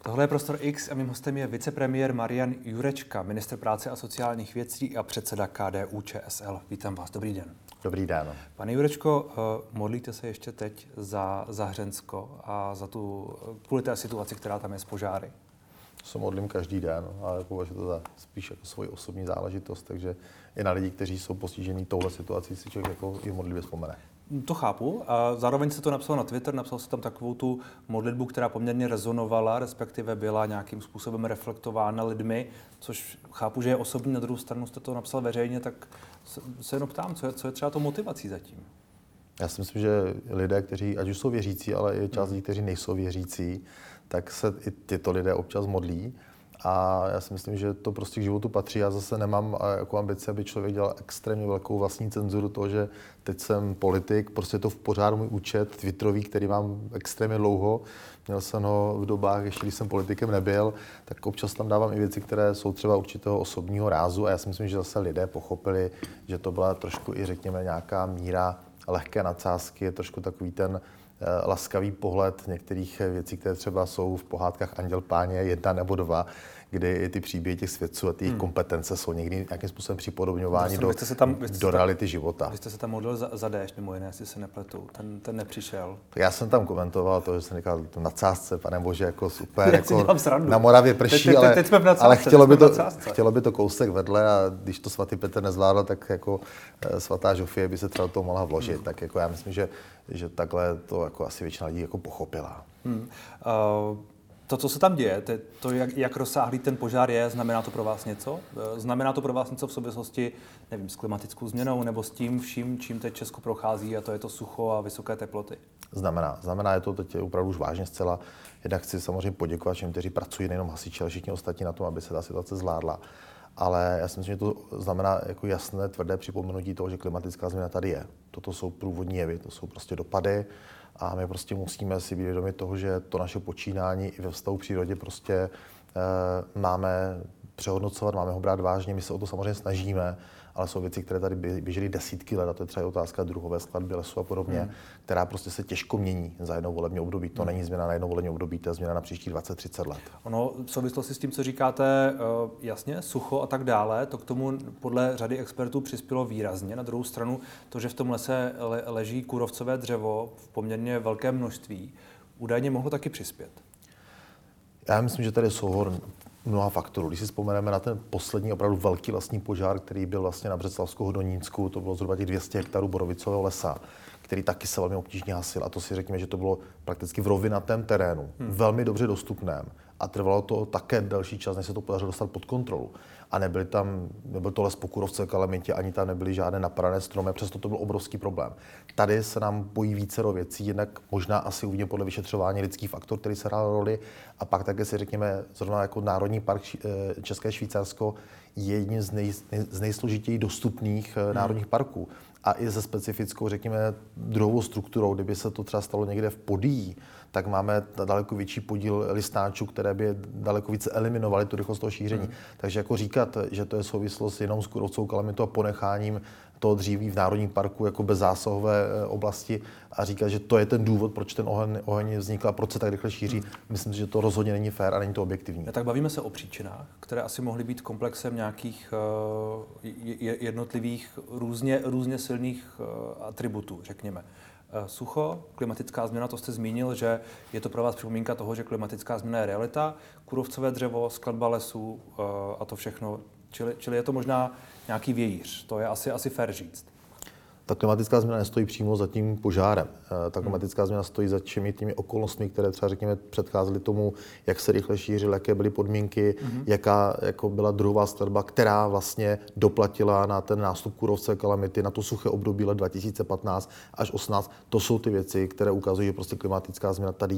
Tohle je Prostor X a mým hostem je vicepremiér Marian Jurečka, ministr práce a sociálních věcí a předseda KDU-ČSL. Vítám vás, dobrý den. Dobrý den. Pane Jurečko, modlíte se ještě teď za Hřensko a kvůli té situaci, která tam je s požáry? Se modlím každý den, ale považuji to za spíš jako svoji osobní záležitost, takže i na lidi, kteří jsou postižení touhle situací, si člověk jako i modlitbě vzpomene. To chápu. A zároveň se to napsal na Twitter, napsal se tam takovou tu modlitbu, která poměrně rezonovala, respektive byla nějakým způsobem reflektována lidmi, což chápu, že je osobní. Na druhou stranu jste to napsal veřejně, tak se jenom ptám, co je třeba to motivací zatím? Já si myslím, že lidé, kteří ať už jsou věřící, ale i část lidí, kteří nejsou věřící, tak se i tyto lidé občas modlí. A já si myslím, že to prostě k životu patří. Já zase nemám jako ambici, aby člověk dělal extrémně velkou vlastní cenzuru toho, že teď jsem politik, prostě je to v pořád můj účet Twitterový, který mám extrémně dlouho. Měl jsem ho v dobách, ještě když jsem politikem nebyl, tak občas tam dávám i věci, které jsou třeba určitého osobního rázu. A já si myslím, že zase lidé pochopili, že to byla trošku i řekněme nějaká míra lehké nadsázky, je trošku takový ten laskavý pohled některých věcí, které třeba jsou v pohádkách Anděl Páně 1 nebo 2, kdy ty příběhy těch svědců a ty jejich kompetence jsou někdy nějakým způsobem připodobňováni do reality života. Vy jste se tam modlil za déšť, mimo jiné, jestli se nepletu. Ten nepřišel. Já jsem tam komentoval to, že jsem říkal na nadsázce, pane bože, jako super, jako na Moravě prší, teď jsme v nadsázce, ale chtělo by to kousek vedle a když to svatý Petr nezvládl, tak jako svatá Žofie by se třeba do toho mohla vložit. Tak jako já myslím, že takhle to jako asi většina lidí jako pochopila. To, co se tam děje, to jak rozsáhlý ten požár je, znamená to pro vás něco? Znamená to pro vás něco v souvislosti, nevím, s klimatickou změnou nebo s tím vším, čím teď Česko prochází, a to je to sucho a vysoké teploty? Znamená je to teď opravdu už vážně zcela. Jednak chci samozřejmě poděkovat všem, kteří pracují, nejenom hasiči, ale všichni ostatní na tom, aby se ta situace zvládla. Ale já si myslím, že to znamená jako jasné, tvrdé připomenutí toho, že klimatická změna tady je. Toto jsou průvodní jevy, to jsou prostě dopady. A my prostě musíme si být vědomi toho, že to naše počínání i ve vztahu k přírodě prostě máme přehodnocovat, máme ho brát vážně. My se o to samozřejmě snažíme, ale jsou věci, které tady běžely desítky let, a to je třeba otázka druhové skladby lesu a podobně, která prostě se těžko mění za jednou volební období. To není změna na jednou volební období, to je změna na příští 20-30 let. Ono v souvislosti s tím, co říkáte, jasně, sucho a tak dále, to k tomu podle řady expertů přispělo výrazně. Na druhou stranu to, že v tom lese leží kůrovcové dřevo v poměrně velkém množství, údajně mohlo taky přispět. Já myslím, že tady je souhrn mnoha faktorů. Když si vzpomeneme na ten poslední opravdu velký lesní požár, který byl vlastně na Břeclavsko-Hodonínsku, to bylo zhruba těch 200 hektarů borovicového lesa, který taky se velmi obtížně hasil. A to si řekněme, že to bylo prakticky v rovinatém terénu, velmi dobře dostupném. A trvalo to také delší čas, než se to podařilo dostat pod kontrolu. A nebyl to les po kůrovcové kalamitě, ani tam nebyly žádné napadané stromy, přesto to byl obrovský problém. Tady se nám pojí vícero věcí, jednak možná asi uvidíme podle vyšetřování lidský faktor, který se hrál roli, a pak také si řekněme, zrovna jako Národní park České Švýcarsko je jedním z nejsložitěji dostupných národních parků. A i se specifickou, řekněme, druhovou strukturou, kdyby se to třeba stalo někde v Podyjí, tak máme daleko větší podíl listnáčů, které by daleko více eliminovaly tu rychlost toho šíření. Takže jako říkat, že to je souvislost jenom s kůrovcovou kalamitou a ponecháním toho dříví v Národním parku jako bezzásahové oblasti a říkat, že to je ten důvod, proč ten oheň vznikl a proč se tak rychle šíří, myslím si, že to rozhodně není fér a není to objektivní. Tak bavíme se o příčinách, které asi mohly být komplexem nějakých jednotlivých různě silných atributů, řekněme. Sucho, klimatická změna, to jste zmínil, že je to pro vás připomínka toho, že klimatická změna je realita, kůrovcové dřevo, skladba lesů a to všechno. Čili je to možná nějaký vějíř, to je asi fér říct. Ta klimatická změna nestojí přímo za tím požárem. Ta klimatická změna stojí za všemi těmi okolnostmi, které třeba řekněme předcházely tomu, jak se rychle šířily, jaké byly podmínky, jaká jako byla druhová skladba, která vlastně doplatila na ten nástup kůrovcové kalamity, na to suché období let 2015 až 2018. To jsou ty věci, které ukazují, že prostě klimatická změna tady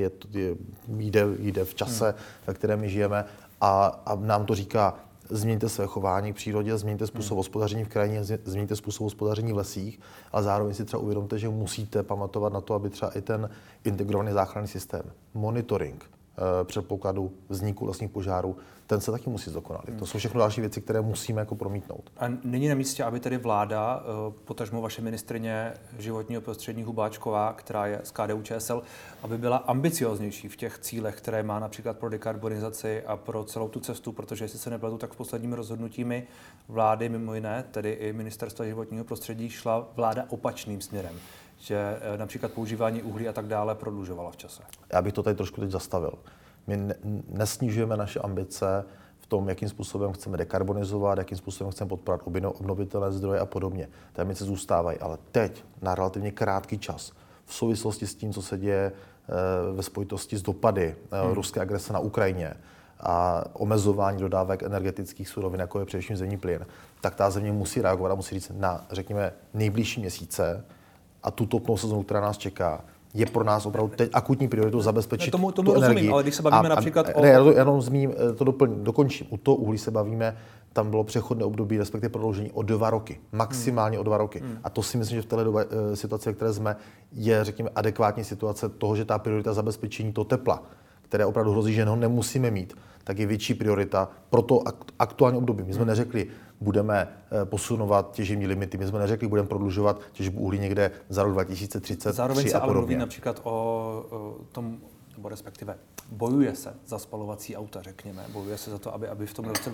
jde v čase, ve kterém my žijeme, a nám to říká: změňte své chování v přírodě, změňte způsob hospodaření v krajině, změňte způsob hospodaření v lesích, ale zároveň si třeba uvědomte, že musíte pamatovat na to, aby třeba i ten integrovaný záchranný systém, monitoring, předpokladu vzniku lesních požárů, ten se taky musí zdokonalit. To jsou všechno další věci, které musíme jako promítnout. A není na místě, aby tedy vláda, potažmo vaše ministryně životního prostředí Hubáčková, která je z KDU-ČSL, aby byla ambicioznější v těch cílech, které má například pro dekarbonizaci a pro celou tu cestu, protože jestli se nepletu, tak v posledními rozhodnutími vlády, mimo jiné, tedy i ministerstva životního prostředí, šla vláda opačným směrem, že například používání uhlí a tak dále prodlužovala v čase. Já bych to tady trošku teď zastavil. My nesnižujeme naše ambice v tom, jakým způsobem chceme dekarbonizovat, jakým způsobem chceme podporovat obnovitelné zdroje a podobně. Ty ambice zůstávají, ale teď, na relativně krátký čas, v souvislosti s tím, co se děje ve spojitosti s dopady ruské agrese na Ukrajině a omezování dodávek energetických surovin, jako je především zemní plyn, tak ta země musí reagovat a musí říct na, řekněme, nejbližší měsíce a tu topnou sezonu, která nás čeká, je pro nás opravdu teď akutní prioritou zabezpečit tomu tu rozumím, energii. Ale když se bavíme například o... Ne, já jenom zmíním, to dokončím. U toho uhlí se bavíme, tam bylo přechodné období, respektive prodloužení o 2 roky. Maximálně o 2 roky. A to si myslím, že v této situaci, ve které jsme, je, řekněme, adekvátní situace toho, že ta priorita zabezpečení toho tepla, které opravdu hrozí, že ho nemusíme mít, tak je větší priorita pro to aktuální období. My jsme neřekli, budeme posunovat těžební limity, my jsme neřekli, budeme prodlužovat těžbu uhlí někde za rok 2033 Zároveň se a ale mluví podobně. například o tom, nebo respektive bojuje se za spalovací auta, řekněme. Bojuje se za to, aby v tom roce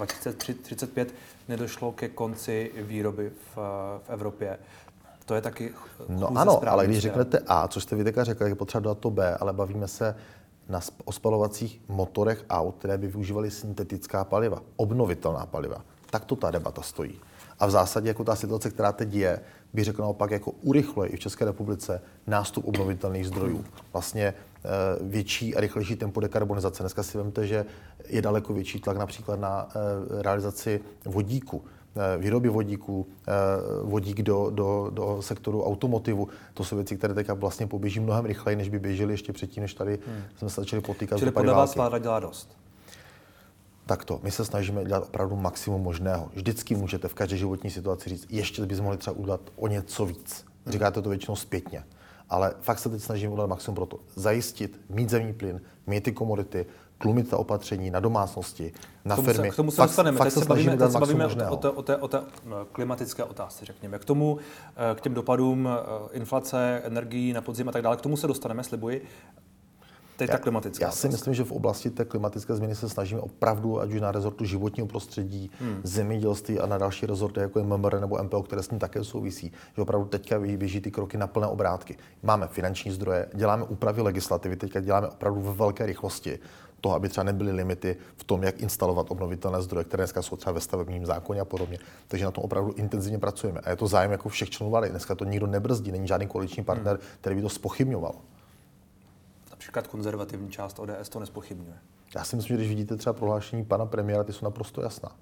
2035 nedošlo ke konci výroby v Evropě. To je taky No ano, ale když řeknete A, což jste vy teďka řekli, je potřeba dát to B, ale bavíme se o spalovacích motorech aut, které by využívaly syntetická paliva, obnovitelná paliva. Tak to ta debata stojí. A v zásadě jako ta situace, která teď je, bych řekl naopak, jako urychluje i v České republice nástup obnovitelných zdrojů. Vlastně větší a rychlejší tempo dekarbonizace. Dneska si vemte, že je daleko větší tlak například na realizaci vodíku, výroby vodíků, vodík do sektoru automotivu. To jsou věci, které teďka vlastně poběží mnohem rychleji, než by běžely ještě předtím, než tady jsme se začali potýkat s dopady války. Čili podle vás vláda dělá dost? Takto, my se snažíme dělat opravdu maximum možného. Vždycky můžete v každé životní situaci říct, ještě bychom mohli třeba udělat o něco víc. Říkáte to většinou zpětně. Ale fakt se teď snažíme udělat maximum pro to. Zajistit, mít zemní plyn, mít ty komodity, tlumit ta opatření na domácnosti, na firmy. K tomu se dostaneme. Teď se bavíme o té klimatické otázce, řekněme. K těm dopadům inflace, energií na podzim a tak dále, k tomu se dostaneme, slibuji. Ta klimatická já si myslím, že v oblasti té klimatické změny se snažíme opravdu, ať už na rezortu životního prostředí, zemědělství a na další rezorty, jako je MMR nebo MPO, které s tím také souvisí, že opravdu teďka běží ty kroky na plné obrátky. Máme finanční zdroje, děláme úpravy legislativy, teďka děláme opravdu ve velké rychlosti toho, aby třeba nebyly limity v tom, jak instalovat obnovitelné zdroje, které dneska jsou třeba ve stavebním zákoně a podobně. Takže na tom opravdu intenzivně pracujeme. A je to zájem jako všech členů vlády. Dneska to nikdo nebrzdí, není žádný koaliční partner, který by to zpochybňoval. Například konzervativní část ODS to nezpochybňuje. Já si myslím, že když vidíte třeba prohlášení pana premiéra, ty jsou naprosto jasná.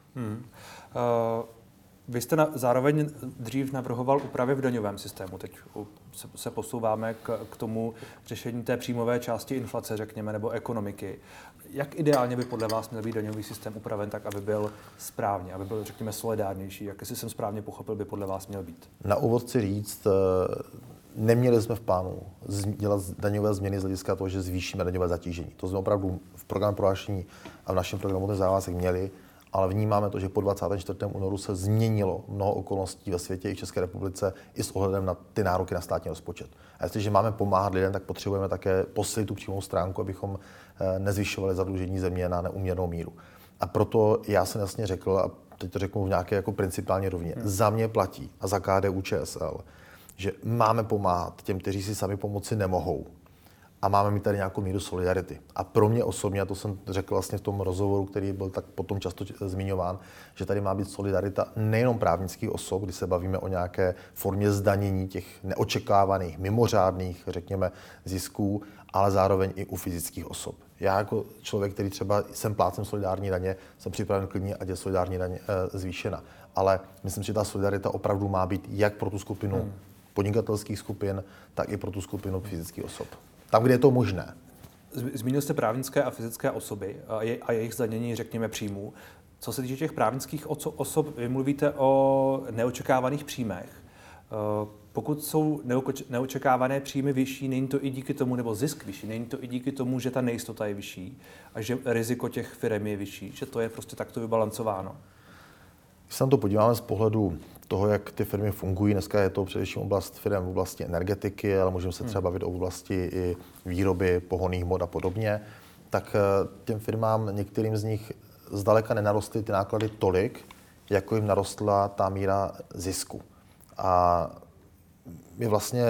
Vy jste zároveň dřív navrhoval úpravy v daňovém systému. Teď se posouváme k tomu řešení té příjmové části inflace, řekněme, nebo ekonomiky. Jak ideálně by podle vás měl být daňový systém upraven tak, aby byl správně, aby byl, řekněme, solidárnější? Jak jestli jsem správně pochopil, by podle vás měl být? Na úvod chci říct, neměli jsme v plánu dělat daňové změny z hlediska toho, že zvýšíme daňové zatížení. To jsme opravdu v programu prohlášení a v našem programu ten závazek měli, ale vnímáme to, že po 24. únoru se změnilo mnoho okolností ve světě i v České republice i s ohledem na ty nároky na státní rozpočet. A jestliže máme pomáhat lidem, tak potřebujeme také posílit tu přímou stránku, abychom nezvyšovali zadlužení země na neúměrnou míru. A proto já jsem jasně řekl, a teď to řeknu v nějaké jako principiální rovině, za mě platí a za KDU-ČSL, že máme pomáhat těm, kteří si sami pomoci nemohou. A máme mít tady nějakou míru solidarity. A pro mě osobně, a to jsem řekl vlastně v tom rozhovoru, který byl tak potom často zmiňován, že tady má být solidarita nejenom právnických osob, kdy se bavíme o nějaké formě zdanění těch neočekávaných, mimořádných, řekněme, zisků, ale zároveň i u fyzických osob. Já jako člověk, který třeba jsem plátcem solidární daně, jsem připraven klidně, ať je solidární daně zvýšena. Ale myslím, že ta solidarita opravdu má být jak pro tu skupinu podnikatelských skupin, tak i pro tu skupinu fyzických osob. Tam, kde je to možné. Zmínil jste právnické a fyzické osoby a jejich zdanění, řekněme, příjmů. Co se týče těch právnických osob, vy mluvíte o neočekávaných příjmech. pokud jsou neočekávané příjmy vyšší, není to i díky tomu, nebo zisk vyšší, není to i díky tomu, že ta nejistota je vyšší a že riziko těch firem je vyšší, že to je prostě takto vybalancováno? Když se na to podíváme z pohledu toho, jak ty firmy fungují, dneska je to především oblast firm v oblasti energetiky, ale můžeme se třeba bavit o oblasti i výroby pohonných hmot a podobně, tak těm firmám, některým z nich zdaleka nenarostly ty náklady tolik, jako jim narostla ta míra zisku. A my vlastně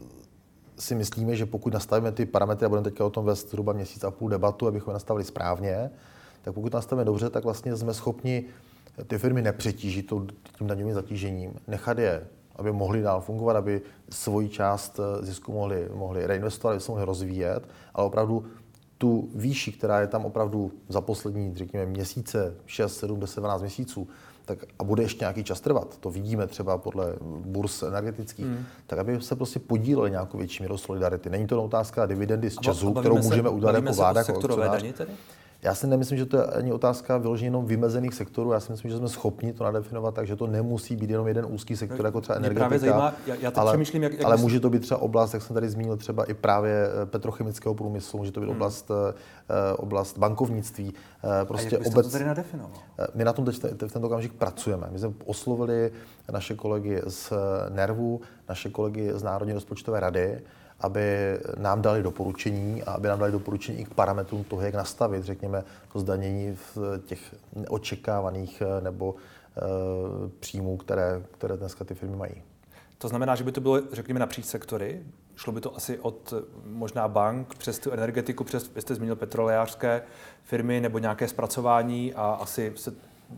si myslíme, že pokud nastavíme ty parametry, a budeme teďka o tom vést zhruba měsíc a půl debatu, abychom je nastavili správně, tak pokud nastavíme dobře, tak vlastně jsme schopni ty firmy nepřetížit tím daňovým zatížením, nechat je, aby mohly dál fungovat, aby svoji část zisku mohli reinvestovat, aby se mohli rozvíjet, ale opravdu tu výši, která je tam opravdu za poslední, řekněme, měsíce, 6, 7, 10, 12 měsíců, tak a bude ještě nějaký čas trvat, to vidíme třeba podle burs energetických, tak aby se prostě podíleli nějakou větší mírou solidarity. Není to otázka dividendy z ČEZu, kterou můžeme udělat jako vláda, jako akcionář. Já si nemyslím, že to je ani otázka vyloženě jenom vymezených sektorů. Já si myslím, že jsme schopni to nadefinovat tak, že to nemusí být jenom jeden úzký sektor, jako třeba energetika. Zajímá, já přemýšlím, ale může to být třeba oblast, jak jsem tady zmínil, třeba i právě petrochemického průmyslu, může to být oblast bankovnictví. Prostě a jak byste to tady nadefinoval? My na tom teď v tento okamžik pracujeme. My jsme oslovili naše kolegy z NERVu, naše kolegy z Národní rozpočtové rady, aby nám dali doporučení a aby nám dali doporučení i k parametrům toho, jak nastavit, řekněme, to zdanění v těch neočekávaných nebo příjmů, které dneska ty firmy mají. To znamená, že by to bylo, řekněme, napříč sektory? Šlo by to asi od možná bank přes tu energetiku, přes, jste zmínil petrolejářské firmy nebo nějaké zpracování a asi se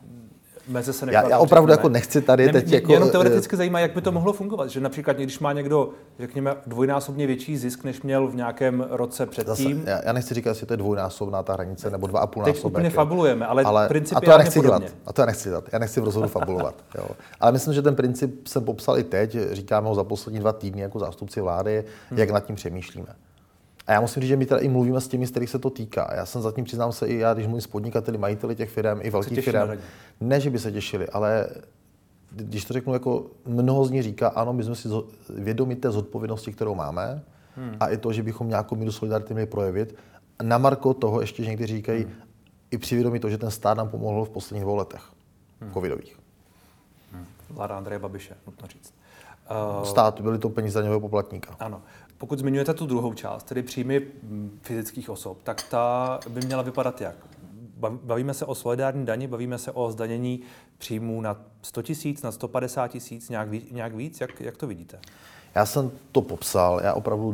meze se nekladou. Já opravdu jako nechci tady teď jako... Jenom teoreticky zajímá, jak by to mohlo fungovat. Že například, když má někdo, řekněme, dvojnásobně větší zisk, než měl v nějakém roce předtím. Já nechci říkat, jestli to je dvojnásobná ta hranice, nebo 2,5 násobek. Teď úplně fabulujeme, ale principiálně podobně. A to já nechci dělat. Já nechci v rozhodu fabulovat. Jo. Ale myslím, že ten princip jsem popsal i teď. Říkáme ho za poslední 2 týdny jako zástupci vlády, jak nad tím přemýšlíme. A já musím říct, že my teda i mluvíme s těmi, z kterých se to týká. Já jsem zatím, přiznám se, i já, když mluvím s podnikateli, majiteli těch firm, i velkých firm, ne, že by se těšili, ale když to řeknu, jako mnoho z nich říká, ano, my jsme si vědomi té zodpovědnosti, kterou máme, a i to, že bychom nějakou míru solidarity měli projevit. Na marko toho ještě, že někteří říkají, i při vědomí toho, že ten stát nám pomohl v posledních 2 letech covidových. Vláda Andreje Babiše, nutno říct. Stát, byly to peníze daňového poplatníka. Ano. Pokud zmiňujete tu druhou část, tedy příjmy fyzických osob, tak ta by měla vypadat jak? Bavíme se o solidární dani, bavíme se o zdanění příjmů na 100 000, na 150 000, nějak víc? Jak to vidíte? Já jsem to popsal, já opravdu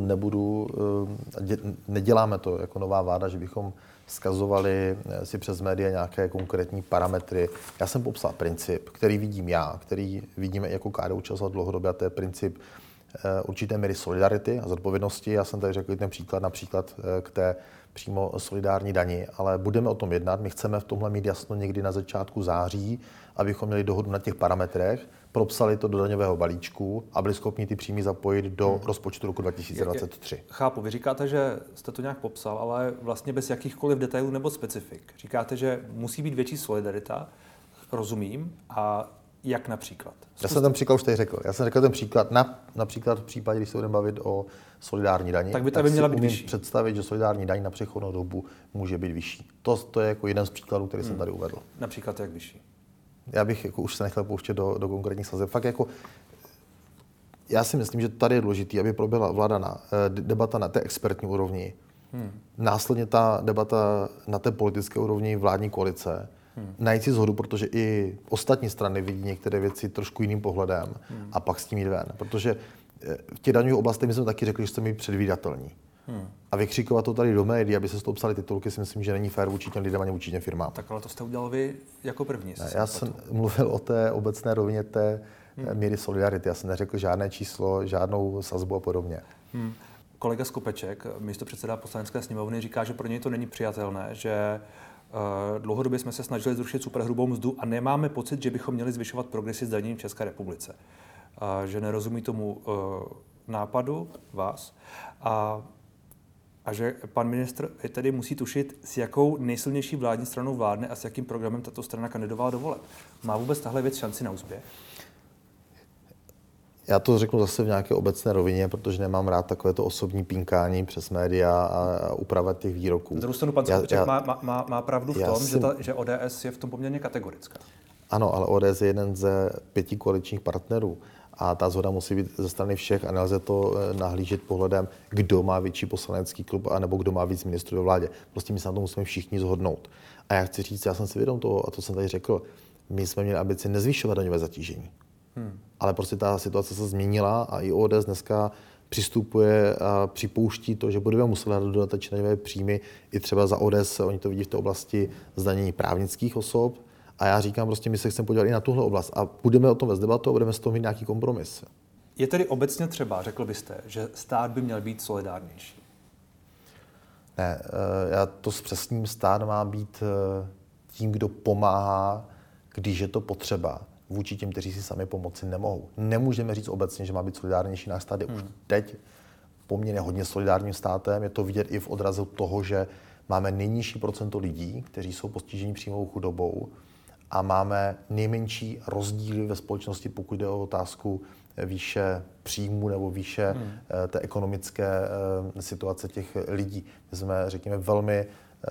neděláme to jako nová vláda, že bychom vzkazovali si přes média nějaké konkrétní parametry. Já jsem popsal princip, který vidím já, který vidíme jako KDU-ČSL dlouhodobě, a to je princip určité míry solidarity a zodpovědnosti. Já jsem tady řekl ten příklad, například k té přímo solidární dani, ale budeme o tom jednat. My chceme v tomhle mít jasno někdy na začátku září, abychom měli dohodu na těch parametrech, propsali to do daňového balíčku a byli schopni ty příjmy zapojit do rozpočtu roku 2023. Chápu, vy říkáte, že jste to nějak popsal, ale vlastně bez jakýchkoliv detailů nebo specifik. Říkáte, že musí být větší solidarita, rozumím, a jak například? Já jsem ten příklad už tady řekl. Já jsem řekl ten příklad, například v případě, když se budeme bavit o solidární dani, tak by to měla být vyšší. Představit, že solidární daň na přechodnou dobu může být vyšší. To je jako jeden z příkladů, který jsem tady uvedl. Například jak vyšší? Já bych jako už se nechtěl pouštět do konkrétních sazeb. Fakt jako, já si myslím, že tady je důležitý, aby proběhla debata na té expertní úrovni. Následně ta debata na té politické úrovni vládní koalice. Najít si shodu, protože i ostatní strany vidí některé věci trošku jiným pohledem a pak s tím jít ven. Protože v těch daňových oblastech my jsme taky řekli, že chceme být předvídatelní. A vykřikovat to tady do médií, aby se z toho psali titulky, si myslím, že není fér vůči těm lidem ani vůči těm firmám. Tak ale to jste udělal vy jako první. Já jsem mluvil o té obecné rovině té míry solidarity. Já jsem neřekl žádné číslo, žádnou sazbu a podobně. Kolega Skopeček, místopředseda Poslanecké sněmovny, říká, že pro něj to není přijatelné, že dlouhodobě jsme se snažili zrušit superhrubou mzdu a nemáme pocit, že bychom měli zvyšovat progresi zdanění v České republice. Že nerozumí tomu nápadu vás a že pan ministr tedy musí tušit, s jakou nejsilnější vládní stranou vládne a s jakým programem tato strana kandidovala do voleb. Má vůbec tahle věc šanci na úspěch? Já to řeknu zase v nějaké obecné rovině, protože nemám rád takovéto osobní pinkání přes média a upravovat těch výroků. Na druhou stranu pan Skopeček má pravdu v tom, že ODS je v tom poměrně kategorická. Ano, ale ODS je jeden ze 5 koaličních partnerů a ta shoda musí být ze strany všech a nelze to nahlížet pohledem, kdo má větší poslanecký klub anebo kdo má víc ministrů ve vládě. Prostě my se na to musíme všichni shodnout. A já chci říct, já jsem si vědom toho, a to jsem tady řekl, my jsme měli ambici nezvyšovat daňové zatížení. Ale prostě ta situace se změnila a i ODS dneska přistupuje a připouští to, že budeme muset dát dodatečné daňové příjmy. I třeba za ODS oni to vidí v té oblasti zdanění právnických osob. A já říkám prostě, my se chceme podívat i na tuhle oblast a budeme o tom vést debatu a budeme z toho mít nějaký kompromis. Je tedy obecně třeba, řekl byste, že stát by měl být solidárnější? Ne, já to zpřesním, stát má být tím, kdo pomáhá, když je to potřeba, vůči těm, kteří si sami pomoci nemohou. Nemůžeme říct obecně, že má být solidárnější. Náš stát je už teď poměrně hodně solidárním státem. Je to vidět i v odrazu toho, že máme nejnižší procento lidí, kteří jsou postiženi příjmovou chudobou a máme nejmenší rozdíly ve společnosti, pokud jde o otázku výše příjmu nebo výše té ekonomické situace těch lidí. My jsme, řekněme, velmi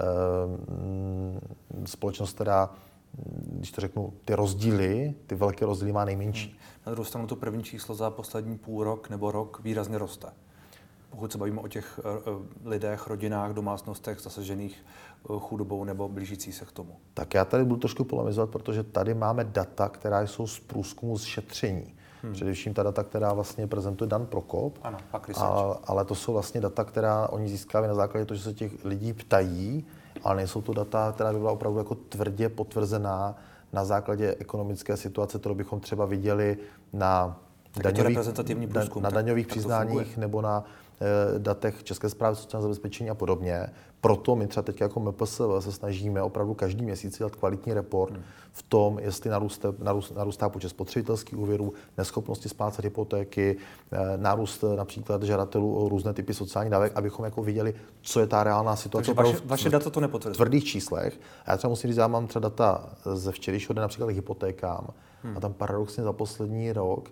společnost, která, když to řeknu, ty velké rozdíly má nejmenší. Na druhou stranu to první číslo za poslední půl rok nebo rok výrazně roste. Pokud se bavíme o těch lidech, rodinách, domácnostech zasažených chudobou nebo blížící se k tomu. Tak já tady budu trošku polemizovat, protože tady máme data, která jsou z průzkumu z šetření. Především ta data, která vlastně prezentuje Dan Prokop. Ano, ale to jsou vlastně data, která oni získávají na základě toho, že se těch lidí ptají, ale nejsou to data, která by byla opravdu jako tvrdě potvrzená na základě ekonomické situace, kterou bychom třeba viděli na daňových přiznáních nebo na datech České správy sociálního zabezpečení a podobně. Proto my třeba teď jako MPSV se snažíme opravdu každý měsíc dělat kvalitní report v tom, jestli narůstá počet spotřebitelských úvěrů, neschopnosti splácet hypotéky, nárůst například žadatelů o různé typy sociálních dávek, abychom jako viděli, co je ta reálná situace. Takže vaše data to nepotvrzují. V tvrdých číslech. A já třeba musím říct, já mám třeba data ze včerejšího dne například hypotékám a tam paradoxně za poslední rok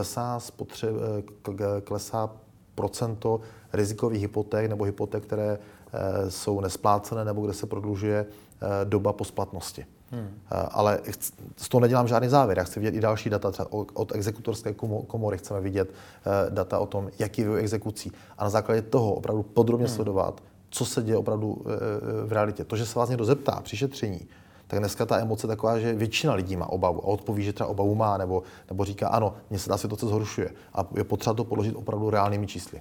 klesá procento rizikových hypoték nebo hypoték, které jsou nesplácené nebo kde se prodlužuje doba po splatnosti. Ale z toho nedělám žádný závěr. Já chci vidět i další data. Třeba od exekutorské komory chceme vidět data o tom, jaký je exekucí. A na základě toho opravdu podrobně sledovat, co se děje opravdu v realitě. To, že se vás někdo zeptá při šetření, tak dneska ta emoce je taková, že většina lidí má obavu a odpoví, že třeba obavu má, nebo říká, ano, mně se ta situace zhoršuje. A je potřeba to položit opravdu reálnými čísly.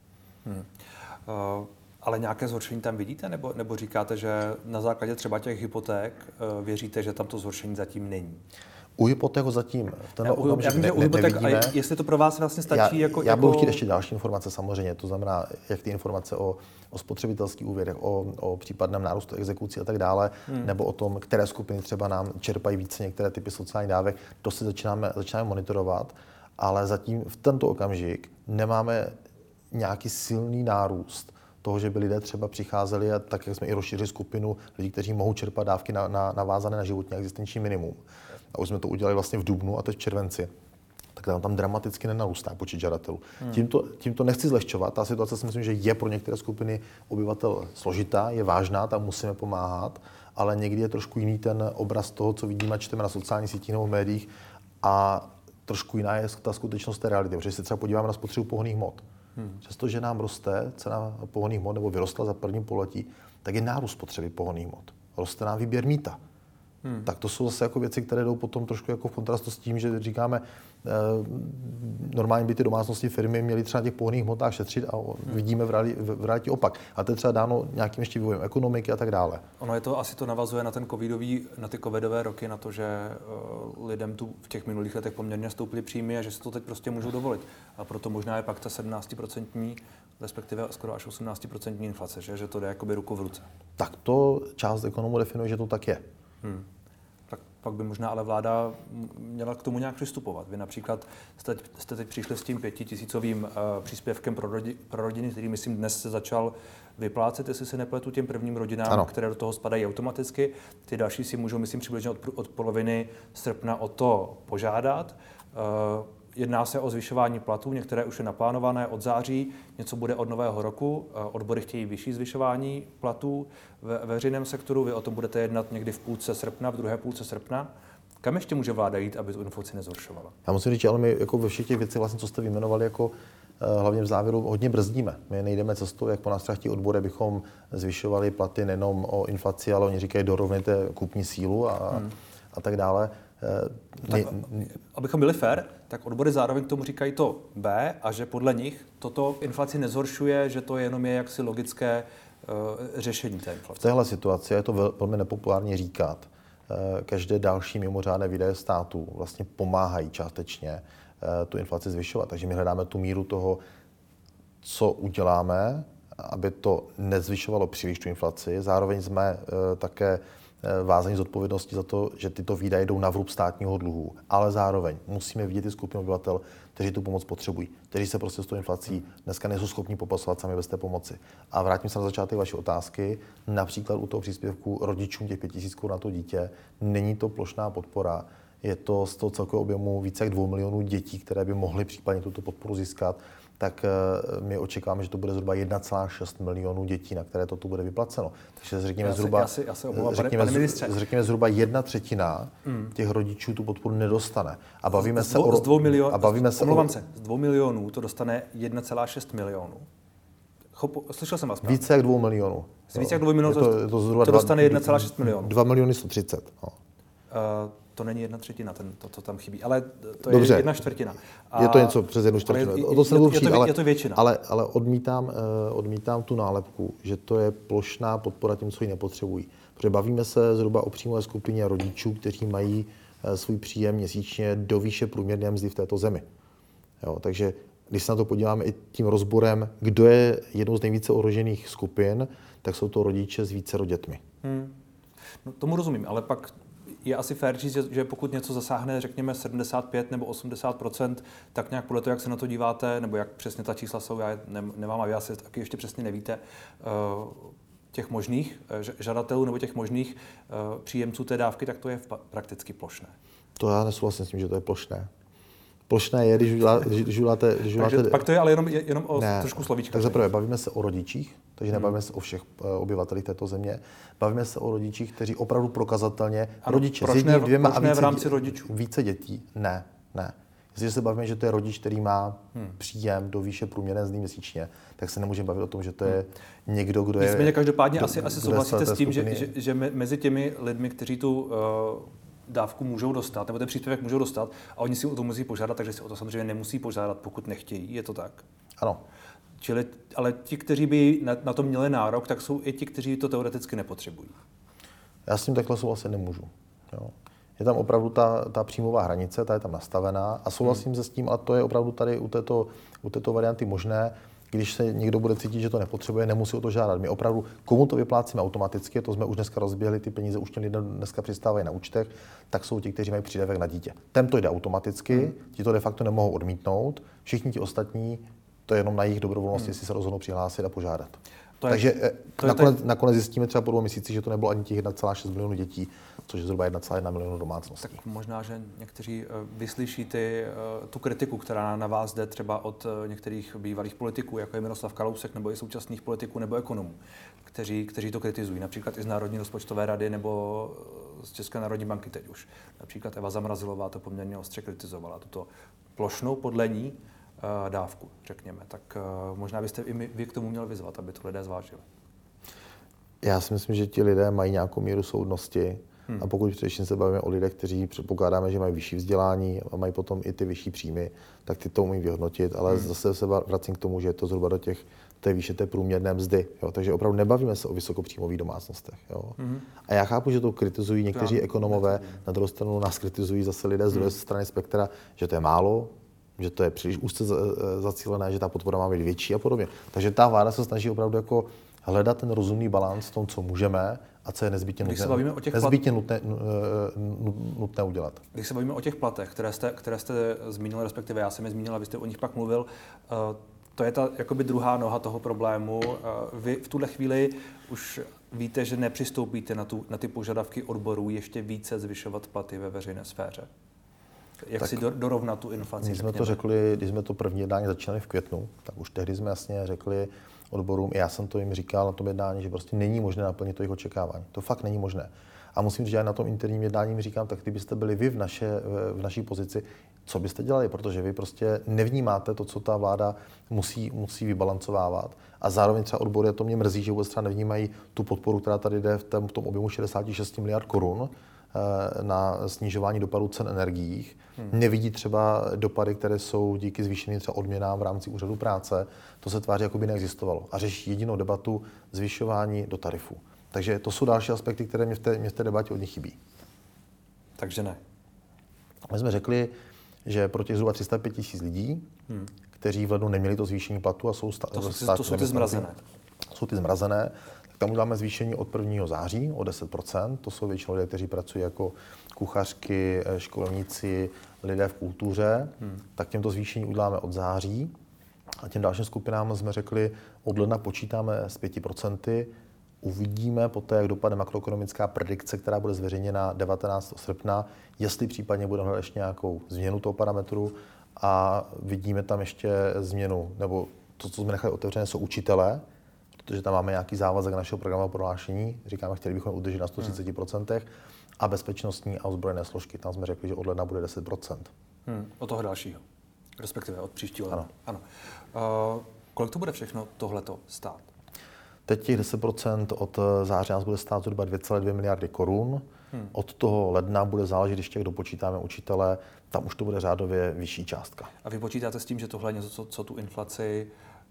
Ale nějaké zhoršení tam vidíte? Nebo říkáte, že na základě třeba těch hypoték věříte, že tam to zhoršení zatím není? U hypoték zatím v tenhle okamžik nevidíme. A jestli to pro vás vlastně stačí Já budu chtít ještě další informace samozřejmě, to znamená, jak ty informace o spotřebitelských úvěrech, o případném nárůstu exekucí a tak dále, nebo o tom, které skupiny třeba nám čerpají více některé typy sociálních dávek, to si začínáme monitorovat, ale zatím v tento okamžik nemáme nějaký silný nárůst toho, že by lidé třeba přicházeli a tak, jak jsme i rozšířili skupinu lidí, kteří mohou čerpat dávky navázané na životní existenční minimum. A už jsme to udělali vlastně v dubnu a teď v červenci. Tak tam dramaticky nenarůstá počet žadatelů. Tímto nechci zlehčovat. Ta situace si myslím, že je pro některé skupiny obyvatel složitá, je vážná, tam musíme pomáhat, ale někdy je trošku jiný ten obraz toho, co vidíme a čteme na sociálních sítích nebo v médiích a trošku jiná je ta skutečnost té reality. Protože se třeba podíváme na spotřebu pohonných hmot. Přestože nám roste cena pohonných hmot nebo vyrostla za první pololetí, tak je nárůst spotřeby pohonných hmot. Roste nám výběr mýta. Tak to jsou zase jako věci, které jdou potom trošku jako v kontrastu s tím, že říkáme, normálně by ty domácnosti firmy měly třeba na těch pohonných hmotách šetřit a vidíme v realitě opak. A to je třeba dáno nějakým ještě vývojem ekonomiky a tak dále. Ono je to, asi to navazuje na ty covidové roky, na to, že lidem tu v těch minulých letech poměrně stouply příjmy a že si to teď prostě můžou dovolit. A proto možná je pak ta 17%, respektive skoro až 18% inflace, že to jde jakoby ruku v ruce. Tak to část ekonomů definuje, že to tak je. Tak pak by možná ale vláda měla k tomu nějak přistupovat. Vy například jste teď přišli s tím 5 000 příspěvkem pro rodiny, který myslím dnes se začal vyplácet, jestli se nepletu, těm prvním rodinám, ano, které do toho spadají automaticky. Ty další si můžou, myslím, přibližně od poloviny srpna o to požádat. jedná se o zvyšování platů, některé už je naplánované od září, něco bude od nového roku, odbory chtějí vyšší zvyšování platů ve veřejném sektoru, vy o tom budete jednat někdy v půlce srpna, v druhé půlce srpna. Kam ještě může vláda jít, aby tu inflaci nezhoršovala? Já musím říct, ale my jako ve všech těch věcech, vlastně, co jste vyjmenovali, jako hlavně v závěru hodně brzdíme. My nejdeme cestou, jak po nás chtějí odbory, abychom zvyšovali platy nejenom o inflaci, ale oni říkají, dorovnejte kupní sílu a tak dále. Tak, abychom byli fair, tak odbory zároveň k tomu říkají to B a že podle nich toto inflaci nezhoršuje, že to jenom je jaksi logické řešení té inflace. V téhle situaci je to velmi nepopulárně říkat. Každé další mimořádné výdaje státu vlastně pomáhají částečně tu inflaci zvyšovat. Takže my hledáme tu míru toho, co uděláme, aby to nezvyšovalo příliš tu inflaci. Zároveň jsme také vázaní z odpovědnosti za to, že tyto výdaje jdou na vrub státního dluhu. Ale zároveň musíme vidět ty skupiny obyvatel, kteří tu pomoc potřebují, kteří se prostě s tou inflací dneska nejsou schopni popasovat sami bez té pomoci. A vrátím se na začátek vaší otázky. Například u toho příspěvku rodičům těch 5 000 Kč na to dítě není to plošná podpora. Je to z toho celkového objemu více jak 2 milionů dětí, které by mohly případně tuto podporu získat. Tak my očekáváme, že to bude zhruba 1,6 milionů dětí, na které toto bude vyplaceno. Takže řekněme zhruba 1/3 těch rodičů tu podporu nedostane. A bavíme se o... Z 2 milionů to dostane 1,6 milionů. Slyšel jsem vás. Více jak 2 milionů. Z více jak 2 milionů to dostane 1,6 milionů. 2 miliony 130. No. To není 1/3, to, co tam chybí, ale to Dobře. je 1/4. Je to něco přes 1/4. O to se nebudu přijít, je to většina. Ale odmítám tu nálepku, že to je plošná podpora těm, co ji nepotřebují. Protože bavíme se zhruba o příjmové skupině rodičů, kteří mají svůj příjem měsíčně do výše průměrné mzdy v této zemi. Jo, takže když se na to podíváme i tím rozborem, kdo je jednou z nejvíce ohrožených skupin, tak jsou to rodiče s vícero dětmi. No, tomu rozumím, ale pak je asi fér říct, že pokud něco zasáhne, řekněme 75 nebo 80%, tak nějak podle toho, jak se na to díváte, nebo jak přesně ta čísla jsou, já nemám a vy asi taky ještě přesně nevíte, těch možných žadatelů nebo těch možných příjemců té dávky, tak to je prakticky plošné. To já nesouhlasím s tím, že to je plošné. Plošné je, když uděláte... Pak to je ale jenom o trošku slovíčka. Tak zaprvé bavíme se o rodičích, takže nebavíme se o všech obyvatelích této země. Bavíme se o rodičích, kteří opravdu prokazatelně... Rodiče s jedním, dvěma a v rámci rodičů. Více dětí? Ne. Jestliže se bavíme, že to je rodič, který má příjem do výše průměrné mzdy měsíčně, tak se nemůžeme bavit o tom, že to je někdo, kdo je... Nicméně každopádně asi souhlasíte s tím, že mezi těmi lidmi, kteří tu dávku můžou dostat, nebo ten příspěvek můžou dostat a oni si o to musí požádat, takže si o to samozřejmě nemusí požádat, pokud nechtějí. Je to tak? Ano. Ale ti, kteří by na to měli nárok, tak jsou i ti, kteří to teoreticky nepotřebují. Já s tím takhle souhlasit nemůžu. Jo. Je tam opravdu ta příjmová hranice, ta je tam nastavená a souhlasím se s tím, ale to je opravdu tady u této varianty možné. Když se někdo bude cítit, že to nepotřebuje, nemusí o to žádat. My opravdu, komu to vyplácíme automaticky, to jsme už dneska rozběhli, ty peníze už těm dneska přistávají na účtech, tak jsou ti, kteří mají přídavek na dítě. Těm to jde automaticky, ti to de facto nemohou odmítnout, všichni ti ostatní, to je jenom na jejich dobrovolnosti, jestli se rozhodnou přihlásit a požádat. Takže nakonec zjistíme třeba po 2 měsících, že to nebylo ani těch 1,6 milionů dětí, což je zhruba 1,1 milionu domácností. Tak možná, že někteří vyslyší tu kritiku, která na vás jde třeba od některých bývalých politiků, jako je Miroslav Kalousek, nebo i současných politiků, nebo ekonomů, kteří to kritizují. Například i z Národní rozpočtové rady, nebo z České národní banky teď už. Například Eva Zamrazilová to poměrně ostře kritizovala, tuto plošnou podle ní dávku, řekněme. Tak možná byste i vy k tomu měli vyzvat, aby to lidé zvážili. Já si myslím, že ti lidé mají nějakou míru soudnosti a pokud především se bavíme o lidech, kteří předpokládáme, že mají vyšší vzdělání a mají potom i ty vyšší příjmy, tak ty to umí vyhodnotit, ale zase se vracím k tomu, že je to zhruba do té výše té průměrné mzdy. Jo? Takže opravdu nebavíme se o vysokopříjmových domácnostech. Jo? A já chápu, že to kritizují někteří ekonomové, na druhou stranu nás kritizují zase lidé z druhé strany spektra, že to je málo, že to je příliš úzce zacílené, že ta podpora má být větší a podobně. Takže ta vláda se snaží opravdu jako hledat ten rozumný balans v tom, co můžeme a co je nezbytně nutné udělat. Když se bavíme o těch platech, které jste zmínil, respektive já jsem je zmínil, abyste o nich pak mluvil, to je ta jakoby druhá noha toho problému. Vy v tuhle chvíli už víte, že nepřistoupíte na ty požadavky odborů ještě více zvyšovat platy ve veřejné sféře. Jak si dorovnat tu inflaci? My jsme to řekli, když jsme to první jednání začínali v květnu, tak už tehdy jsme jasně řekli odborům, já jsem to jim říkal na tom jednání, že prostě není možné naplnit to jejich očekávání. To fakt není možné. A musím říct, že já na tom interním jednání říkám, tak kdybyste byli vy v naší pozici, co byste dělali, protože vy prostě nevnímáte to, co ta vláda musí vybalancovávat. A zároveň třeba odbory, a to mě mrzí, že vůbec třeba nevnímají tu podporu, která tady jde v tom objemu 66 miliard korun na snižování dopadů cen energií. Nevidí třeba dopady, které jsou díky zvýšeným třeba odměnám v rámci úřadu práce. To se tváří, jako by neexistovalo. A řeší jedinou debatu zvyšování do tarifu. Takže to jsou další aspekty, které mě v té debatě od nich chybí. Takže ne. My jsme řekli, že pro těch zhruba 305 000 lidí, kteří v lednu neměli to zvýšení platu a jsou to jsou ty zmrazené. Jsou ty zmrazené. Tak tam uděláme zvýšení od 1. září o 10%. To jsou většinou lidé, kteří pracují jako kuchařky, školníci, lidé v kultuře. Tak těmto zvýšení uděláme od září. A těm dalším skupinám jsme řekli, od ledna počítáme s 5%. Uvidíme poté, jak dopadne makroekonomická predikce, která bude zveřejněna 19. srpna, jestli případně bude hledat ještě nějakou změnu toho parametru a vidíme tam ještě změnu, nebo to, co jsme nechali otevřené, jsou učitelé, protože tam máme nějaký závazek našeho programového prohlášení, říkáme, chtěli bychom udržet na 130%, a bezpečnostní a ozbrojené složky. Tam jsme řekli, že od ledna bude 10%. Od toho dalšího, respektive od příštího ledna. Ano. Kolik to bude všechno tohleto stát? Teď těch 10% od září nás bude stát zhruba 2,2 miliardy korun. Od toho ledna bude záležet, ještě jak dopočítáme učitele, tam už to bude řádově vyšší částka. A vy počítáte s tím, že tohle je něco, co tu inflaci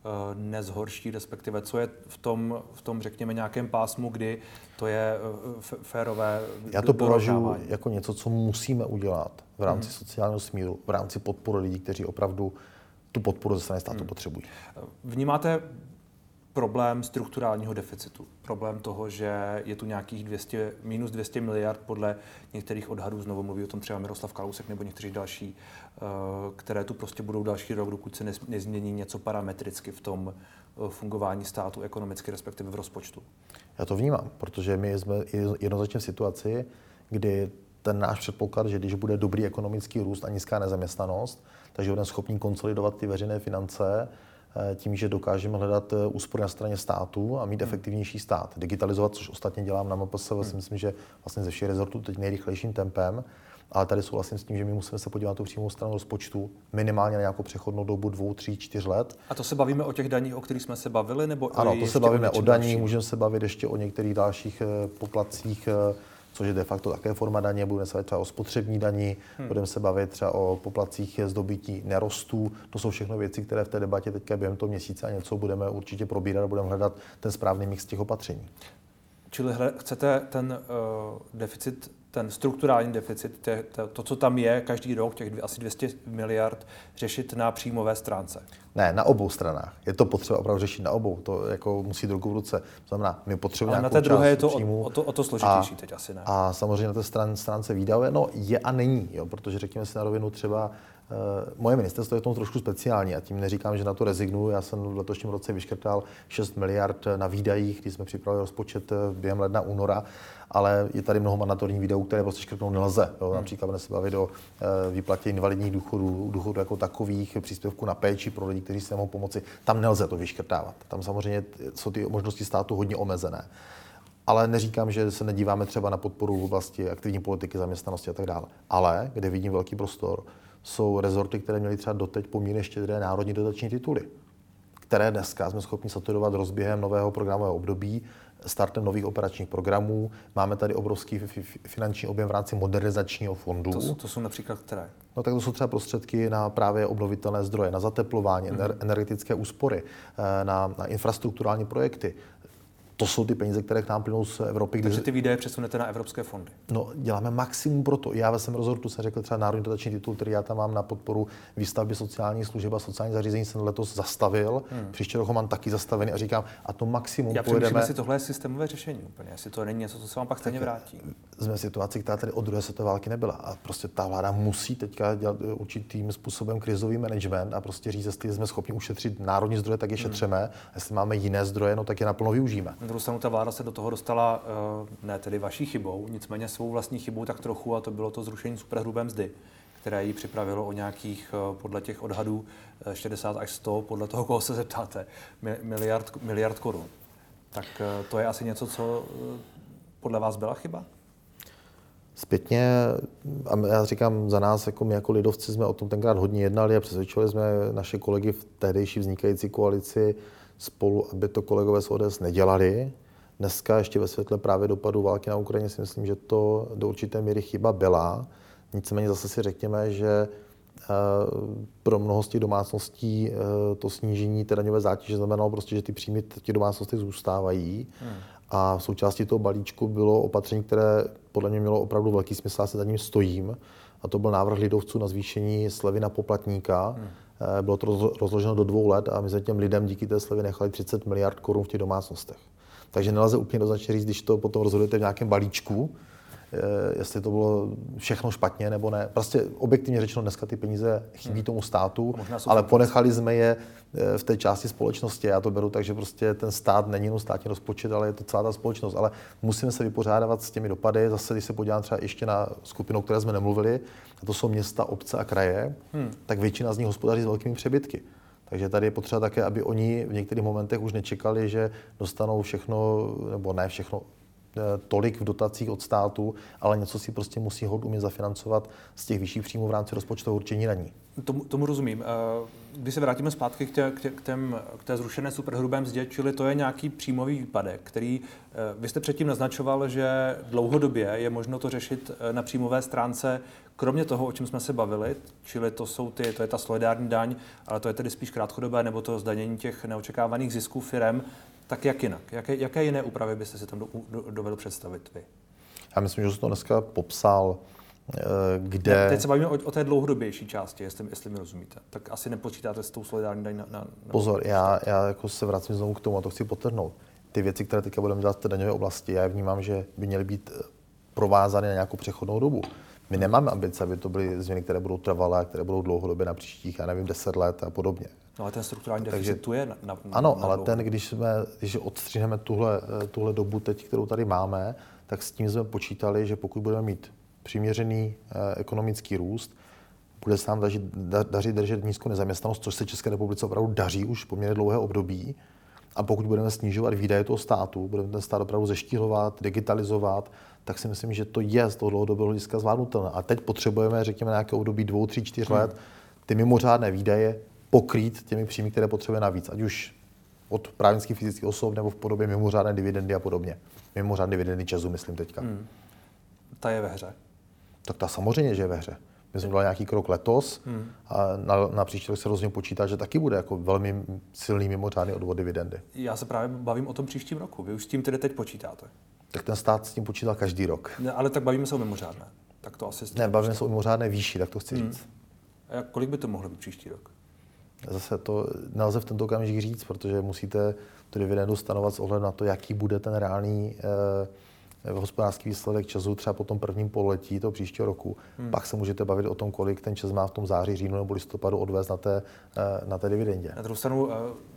nezhorší, respektive co je v tom, řekněme, nějakém pásmu, kdy to je férové dorožávání? Já to považuji jako něco, co musíme udělat v rámci sociálního smíru, v rámci podpory lidí, kteří opravdu tu podporu ze strany státu potřebují. Vnímáte problém strukturálního deficitu, problém toho, že je tu nějakých minus 200 miliard podle některých odhadů, znovu mluví o tom třeba Miroslav Kalousek nebo někteří další, které tu prostě budou další rok, dokud se nezmění něco parametricky v tom fungování státu ekonomicky, respektive v rozpočtu. Já to vnímám, protože my jsme jednoznačně v situaci, kdy ten náš předpoklad, že když bude dobrý ekonomický růst a nízká nezaměstnanost, takže budeme schopni konsolidovat ty veřejné finance tím, že dokážeme hledat úspory na straně státu a mít efektivnější stát. Digitalizovat, což ostatně dělám na MPSV, si myslím, že vlastně ze všech rezortů teď nejrychlejším tempem, ale tady souhlasím s tím, že my musíme se podívat na tu přímou stranu rozpočtu minimálně na nějakou přechodnou dobu 2, 3, 4 let. A to se bavíme o těch daních, o kterých jsme se bavili, nebo ano, to se bavíme o daních, můžeme se bavit ještě o některých dalších poplatcích, což je de facto také forma daně. Budeme se bavit třeba o spotřební dani, budeme se bavit třeba o poplatcích z dobytí nerostů. To jsou všechno věci, které v té debatě teďka během toho měsíce a něco budeme určitě probírat a budeme hledat ten správný mix těch opatření. Čili chcete ten deficit, ten strukturální deficit, to, co tam je každý rok, těch asi 200 miliard, řešit na příjmové stránce? Ne, na obou stranách. Je to potřeba opravdu řešit na obou. To jako musí ruku v ruce. To znamená, my potřebujeme nějakou část příjmu. Ale na té druhé je to o to složitější teď asi, ne? A samozřejmě na té stránce výdajové, no je a není, jo, protože řekněme si na rovinu třeba, moje ministerstvo je v tom trošku speciální a tím neříkám, že na to rezignuju. Já jsem v letošním roce vyškrtal 6 miliard na výdajích, když jsme připravili rozpočet během ledna, února, ale je tady mnoho mandatorních výdajů, které prostě škrtnout nelze. Jo. Například budeme se bavit o výplatě invalidních důchodů jako takových, příspěvků na péči pro lidi, kteří si nemohou pomoci. Tam nelze to vyškrtávat. Tam samozřejmě jsou ty možnosti státu hodně omezené. Ale neříkám, že se nedíváme třeba na podporu v oblasti aktivní politiky, zaměstnanosti a tak dále. Ale kde vidím velký prostor, jsou rezorty, které měly třeba doteď poměrně štědré národní dotační tituly, které dneska jsme schopni saturovat rozběhem nového programového období, startem nových operačních programů. Máme tady obrovský finanční objem v rámci modernizačního fondu. To jsou například které? No tak to jsou třeba prostředky na právě obnovitelné zdroje, na zateplování, energetické úspory, na infrastrukturální projekty. To jsou ty peníze, které k nám plynou z Evropy. Takže ty výdaje přesunete na evropské fondy? No, děláme maximum pro to. Já ve svém rezortu jsem řekl třeba národní dotační titul, který já tam mám na podporu výstavby sociálních služeb a sociálních zařízení, jsem letos zastavil. Příští rok ho mám taky zastavený a říkám, a to maximum já pojedeme. Já tohle je systémové řešení úplně, jestli to není něco, co se vám pak stejně vrátí. Jsme v situaci, která tady od druhé světové války nebyla. A prostě ta vláda musí teďka dělat určitým způsobem krizový management a prostě říct, jestli jsme schopni ušetřit národní zdroje, tak je šetřeme. A jestli máme jiné zdroje, no tak je naplno využijeme. Na druhou stranu ta vláda se do toho dostala, ne tedy vaší chybou, nicméně svou vlastní chybou tak trochu, a to bylo to zrušení superhrubé mzdy, které ji připravilo o nějakých, podle těch odhadů, 60 až 100, podle toho, koho se zeptáte, miliard korun. Tak to je asi něco, co podle vás byla chyba? Zpětně, a já říkám za nás, jako my jako lidovci jsme o tom tenkrát hodně jednali a přesvědčovali jsme naše kolegy v tehdejší vznikající koalici spolu, aby to kolegové z ODS nedělali. Dneska ještě ve světle právě dopadu války na Ukrajině si myslím, že to do určité míry chyba byla. Nicméně zase si řekněme, že pro mnoho z těch domácností to snížení té daňové zátěže znamenalo prostě, že ty příjmy v těch domácnostech zůstávají. A v součástí toho balíčku bylo opatření, které podle mě mělo opravdu velký smysl, já se za ním stojím. A to byl návrh lidovců na zvýšení slevy na poplatníka. Bylo to rozloženo do 2 let a my jsme těm lidem díky té slevě nechali 30 miliard korun v těch domácnostech. Takže nelze úplně doznačně říct, když to potom rozhodujete v nějakém balíčku, jestli to bylo všechno špatně nebo ne. Prostě objektivně řečeno, dneska ty peníze chybí tomu státu, ale ponechali jsme je v té části společnosti. Já to beru tak, že prostě ten stát není jenom státní rozpočet, ale je to celá ta společnost. Ale musíme se vypořádávat s těmi dopady. Zase, když se podívám třeba ještě na skupinu, o které jsme nemluvili, a to jsou města, obce a kraje, tak většina z nich hospodaří s velkými přebytky. Takže tady je potřeba také, aby oni v některých momentech už nečekali, že dostanou všechno, nebo ne všechno, tolik v dotacích od státu, ale něco si prostě musí hod umět zafinancovat z těch vyšších příjmů v rámci rozpočtového určení daní. Tomu rozumím. Když se vrátíme zpátky k té zrušené superhrubé mzdě, čili to je nějaký příjmový výpadek, který vy jste předtím naznačoval, že dlouhodobě je možno to řešit na příjmové stránce, kromě toho, o čem jsme se bavili, čili to je ta solidární daň, ale to je tedy spíš krátkodobé, nebo to zdanění těch neočekávaných zisků firem. Tak jak jinak? Jaké jiné úpravy byste si tam dovedl představit vy? Já myslím, že jsem to dneska popsal, kde... Teď se bavíme o té dlouhodobější části, jestli mi rozumíte. Tak asi nepočítáte s tou solidární daní na Pozor, já jako se vracím znovu k tomu a to chci podtrhnout. Ty věci, které teďka budeme dělat v té daňové oblasti, já je vnímám, že by měly být provázány na nějakou přechodnou dobu. My nemáme ambice, aby to byly změny, které budou trvalé, které budou dlouhodobě na příštích, 10 let a podobně. No ale ten strukturální deficit tu je ano, ale ten, když odstřihneme tuhle dobu teď, kterou tady máme, tak s tím jsme počítali, že pokud budeme mít přiměřený ekonomický růst, bude se nám dařit držet nízkou nezaměstnanost, což se České republice opravdu daří už poměrně dlouhé období. A pokud budeme snižovat výdaje toho státu, budeme ten stát opravdu zeštíhlovat, digitalizovat, tak si myslím, že to je z toho dlouhodobého hlediska zvládnutelné. A teď potřebujeme, řekněme, nějaké období 2, 3, 4 let ty mimořádné výdaje pokrýt těmi příjmy, které potřebuje navíc, ať už od právnických fyzických osob nebo v podobě mimořádné dividendy a podobně. Mimořádné dividendy ČEZu, myslím teďka. Ta je ve hře. Tak ta samozřejmě, že je ve hře. My jsme udělali nějaký krok letos a na příští rok se rozhodně počítá, že taky bude jako velmi silný mimořádný odvod dividendy. Já se právě bavím o tom příštím roku. Vy už s tím tedy teď počítáte. Tak ten stát s tím počítal každý rok. Ne, ale tak bavíme se o mimořádné. Tak to asi ne, bavíme se o mimořádné výši, tak to chci říct. A kolik by to mohlo být příští rok? Zase to nelze v tento okamžik říct, protože musíte tu dividendu stanovat s ohledem na to, jaký bude ten reálný hospodářský výsledek ČEZu třeba po tom prvním pololetí toho příštího roku. Pak se můžete bavit o tom, kolik ten ČEZ má v tom září, říjnu nebo listopadu odvést na té dividendě. Na druhou stranu...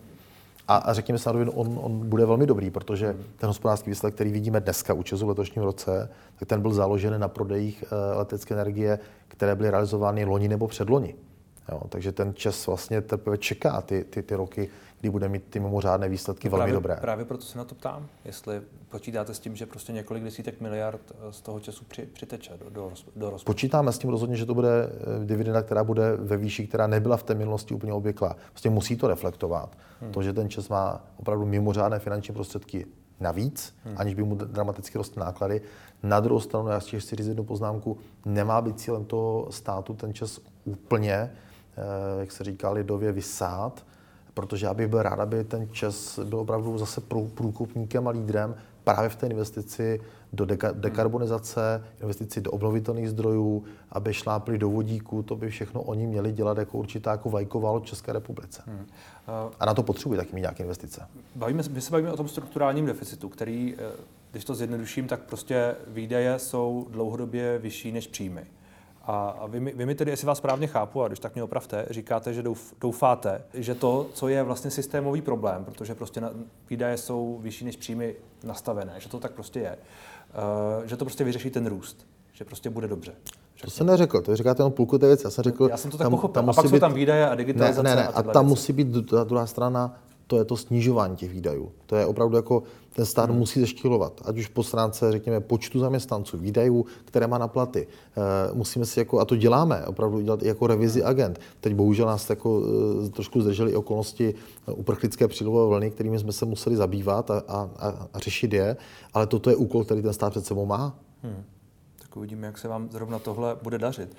A řekněme si na rovinu, on bude velmi dobrý, protože ten hospodářský výsledek, který vidíme dneska u ČEZu v letošním roce, tak ten byl založen na prodejích letecké energie, které byly realizovány loni nebo předloni. Jo, takže ten ČEZ vlastně teprve čeká ty roky, kdy bude mít ty mimořádné výsledky velmi dobré. Právě proto se na to ptám, jestli počítáte s tím, že prostě několik desítek miliard z toho ČEZu přiteče do rozpočtu. Počítáme s tím rozhodně, že to bude dividenda, která bude ve výši, která nebyla v té minulosti úplně obvyklá. Prostě musí to reflektovat. To, že ten ČEZ má opravdu mimořádné finanční prostředky navíc, aniž by mu dramaticky rostly náklady. Na druhou stranu, já chci říct jednu poznámku, nemá být cílem toho státu ten ČEZ úplně, jak se říká lidově, vysát, protože já bych byl rád, aby ten ČEZ byl opravdu zase průkopníkem a lídrem právě v té investici do dekarbonizace, investici do obnovitelných zdrojů, aby šlápli do vodíku, to by všechno oni měli dělat jako určitá jako vlajková loď České republice. A na to potřebují taky mít nějaké investice. My se bavíme o tom strukturálním deficitu, který, když to zjednoduším, tak prostě výdaje jsou dlouhodobě vyšší než příjmy. A vy mi tedy, jestli vás správně chápu, a když tak mě opravte, říkáte, že doufáte, že to, co je vlastně systémový problém, protože prostě výdaje jsou vyšší než příjmy nastavené, že to tak prostě je, že to prostě vyřeší ten růst, že prostě bude dobře. To jsem neřekl, to říkáte jenom půlku té věci. Já jsem to tak pochopil. A pak jsou tam výdaje a digitalizace. Ne, a tam musí být ta druhá strana, to je to snižování těch výdajů. To je opravdu jako ten stát musí zeštíhlovat, ať už po stránce, řekněme, počtu zaměstnanců, výdajů, které má na platy. Musíme si a to děláme, opravdu dělat i jako revizi agent. Teď bohužel nás jako trošku zdržely okolnosti uprchlické přílivové vlny, kterými jsme se museli zabývat a řešit je, ale toto je úkol, který ten stát před sebou má. Tak uvidíme, jak se vám zrovna tohle bude dařit.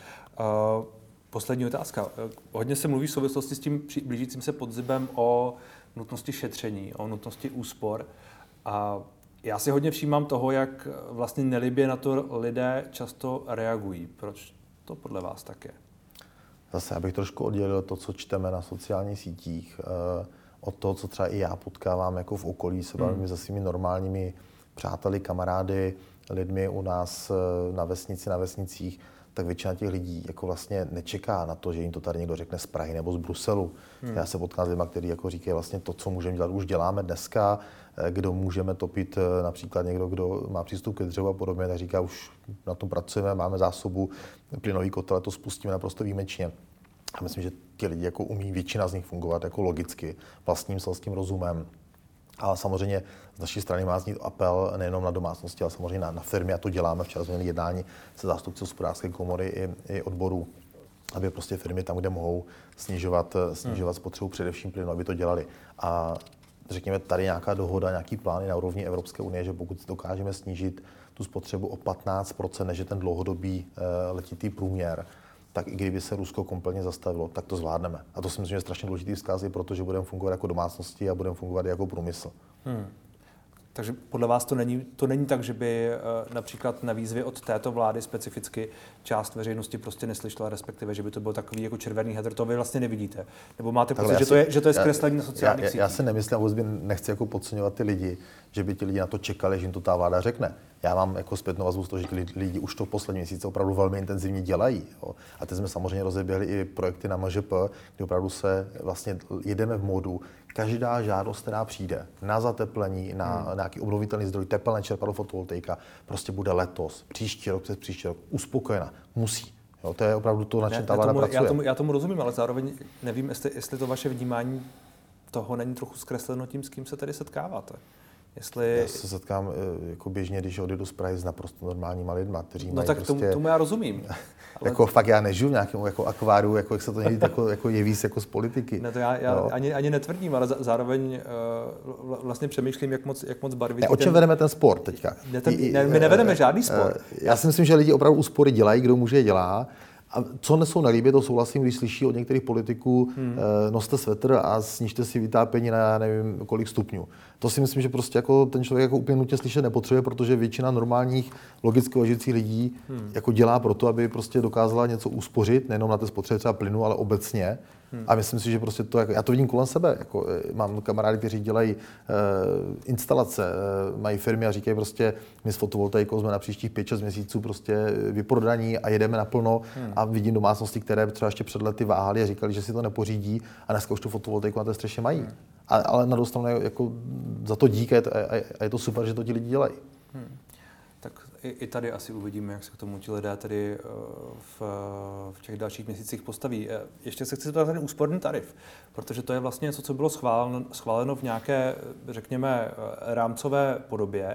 Poslední otázka. Hodně se mluví v souvislosti s tím blížícím se podzimem o nutnosti šetření, o nutnosti úspor. A já si hodně všímám toho, jak vlastně nelibě na to lidé často reagují. Proč to podle vás tak je? Zase, abych trošku oddělil to, co čteme na sociálních sítích, od toho, co třeba i já potkávám jako v okolí, se bavím se svými normálními přáteli, kamarády, lidmi u nás na vesnicích, tak většina těch lidí jako vlastně nečeká na to, že jim to tady někdo řekne z Prahy nebo z Bruselu. Já se potkám s lidmi, kteří jako říkají vlastně to, co můžeme dělat, už děláme dneska, kdo můžeme topit, například někdo, kdo má přístup ke dřevu a podobně, tak říká, už na tom pracujeme, máme zásobu, plynový kotel, to spustíme naprosto výjimečně. A myslím, že ti lidi jako umí většina z nich fungovat jako logicky, vlastním selským rozumem. Ale samozřejmě z naší strany má znít apel nejenom na domácnosti, ale samozřejmě na firmy, a to děláme. Včera jsme měli jednání se zástupci hospodářské komory i odborů, aby prostě firmy tam, kde mohou snižovat spotřebu především plynu, aby to dělali. A řekněme, tady nějaká dohoda, nějaký plán na úrovni Evropské unie, že pokud dokážeme snížit tu spotřebu o 15%, než je ten dlouhodobý letitý průměr, tak i kdyby se Rusko kompletně zastavilo, tak to zvládneme. A to si myslím, že je strašně důležitý vzkaz, protože budeme fungovat jako domácnosti a budeme fungovat jako průmysl. Takže podle vás to není tak, že by například na výzvy od této vlády specificky část veřejnosti prostě neslyšela, respektive, že by to byl takový jako červený hadr, to vy vlastně nevidíte. Nebo máte pocit, že to je zkreslení na sociálních sítích? Já si nemyslím, vůbec nechci jako podceňovat ty lidi, že by ti lidi na to čekali, že jim to ta vláda řekne. Já mám jako zpětnou vazbu z toho, že ti lidi už to v poslední měsíce opravdu velmi intenzivně dělají. Jo. A teď jsme samozřejmě rozeběhli i projekty na MŽP, kde opravdu se vlastně jedeme v módu, každá žádost, která přijde na zateplení, na nějaký obnovitelný zdroj, tepelné čerpadlo, fotovoltaika, prostě bude letos, příští rok, přes příští rok, uspokojena. Musí. Jo, to je opravdu to, na čem ta vláda pracuje. Já tomu rozumím, ale zároveň nevím, jestli to vaše vnímání toho není trochu zkresleno tím, s kým se tady setkáváte. Já se setkám jako běžně, když odjedu z Prahy s naprosto normálníma lidma, kteří mají tak prostě... tomu já rozumím. Ale... Jako fakt já nežiju v nějakém jako akváriu, jak se to někdy jako jeví se jako z politiky. Ne, to já ani netvrdím, ale zároveň vlastně přemýšlím, jak moc barvitý. O čem vedeme ten spor teďka? My nevedeme žádný spor. Já si myslím, že lidi opravdu úspory dělají, kdo může je dělá. A co nesou nelíbě, to souhlasím, když slyší od některých politiků, noste svetr a snižte si vytápění na nevím kolik stupňů. To si myslím, že prostě jako ten člověk jako úplně nutně slyšet nepotřebuje, protože většina normálních logicky uvažujících lidí jako dělá proto, aby prostě dokázala něco uspořit, nejenom na té spotřebě třeba plynu, ale obecně. A myslím si, že prostě to, já to vidím kolem sebe. Jako, mám kamarády, kteří dělají instalace, mají firmy a říkají prostě, my s fotovoltaikou jsme na příštích 5-6 měsíců prostě vyprodaní a jedeme naplno a vidím domácnosti, které třeba ještě před lety váhali a říkali, že si to nepořídí a dneska už tu fotovoltaiku na té střeše mají. Ale na druhou stranu jako za to dík a je to super, že to ti lidi dělají. Tak i tady asi uvidíme, jak se k tomu ti lidé tady v těch dalších měsících postaví. Ještě se chci zeptat ten úsporný tarif, protože to je vlastně něco, co bylo schváleno v nějaké, řekněme, rámcové podobě.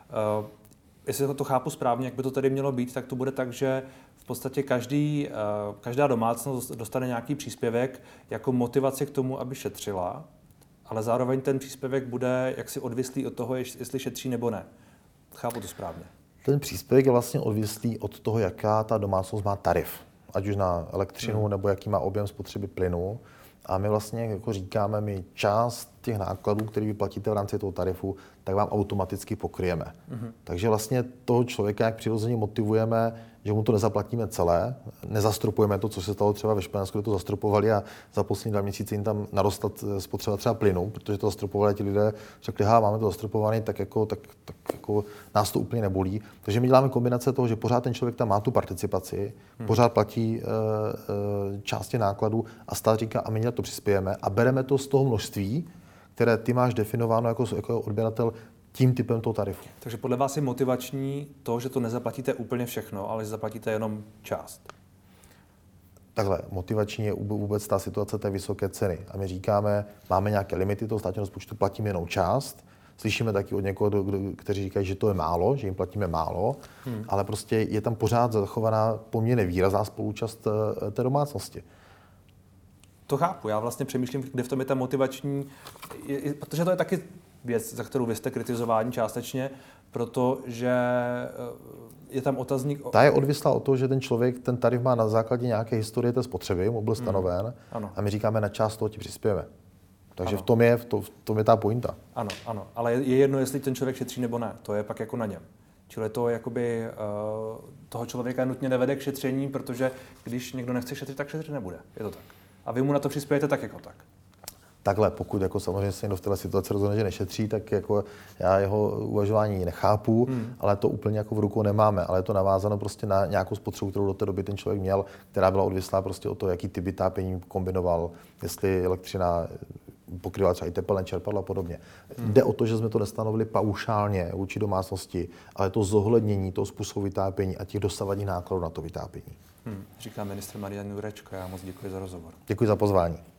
Jestli to chápu správně, jak by to tady mělo být, tak to bude tak, že v podstatě každá domácnost dostane nějaký příspěvek jako motivaci k tomu, aby šetřila, ale zároveň ten příspěvek bude jaksi odvislý od toho, jestli šetří nebo ne. Chápu to správně. Ten příspěvek je vlastně odvislý od toho, jaká ta domácnost má tarif. Ať už na elektřinu, nebo jaký má objem spotřeby plynu. A my vlastně jako říkáme, my část těch nákladů, které vy platíte v rámci toho tarifu, tak vám automaticky pokryjeme. Takže vlastně toho člověka jak přirozeně motivujeme, že mu to nezaplatíme celé, nezastropujeme to, co se stalo třeba ve Španělsku, kde to zastropovali a za poslední 2 měsíce jim tam narostla spotřeba třeba plynu, protože to zastropovali a ti lidé řekli, máme to zastropované, tak jako nás to úplně nebolí. Takže my děláme kombinace toho, že pořád ten člověk tam má tu participaci, pořád platí části nákladů a stát říká, a my na to přispějeme a bereme to z toho množství, které ty máš definováno jako odběratel tím typem toho tarifu. Takže podle vás je motivační to, že to nezaplatíte úplně všechno, ale že zaplatíte jenom část. Takhle, motivační je vůbec ta situace té vysoké ceny. A my říkáme, máme nějaké limity toho státního rozpočtu, platíme jenom část. Slyšíme taky od někoho, kteří říkají, že to je málo, že jim platíme málo, ale prostě je tam pořád zachovaná poměrně výrazná spoluúčast té domácnosti. To chápu, já vlastně přemýšlím, kde v tom je ta motivační, protože to je taky věc, za kterou vy jste kritizováni částečně, protože je tam otazník... Ta je odvislá od toho, že ten člověk ten tarif má na základě nějaké historie té spotřeby, mu byl stanoven, a my říkáme, na část toho ti přispějeme. Takže v tom je ta pointa. Ano, ale je jedno, jestli ten člověk šetří nebo ne, to je pak jako na něm. Čili to jakoby toho člověka nutně nevede k šetření, protože když někdo nechce šetřit, tak šetřit nebude. Je to tak. A vy mu na to přispějete tak jako tak. Takhle, pokud jako samozřejmě se někdo v této situaci rozhodne, že nešetří, tak jako já jeho uvažování nechápu, ale to úplně jako v rukou nemáme. Ale je to navázáno prostě na nějakou spotřebu, kterou do té doby ten člověk měl, která byla odvislá prostě od toho, jaký typ vytápění kombinoval, jestli elektřina pokrývala třeba i tepelné čerpadla a podobně. Jde o to, že jsme to nestanovili paušálně vůči domácnosti, ale to zohlednění toho způsobu vytápění a těch dosavadních nákladů na to vytápění. Říká ministr Marian Jurečka, já moc děkuji za rozhovor. Děkuji za pozvání.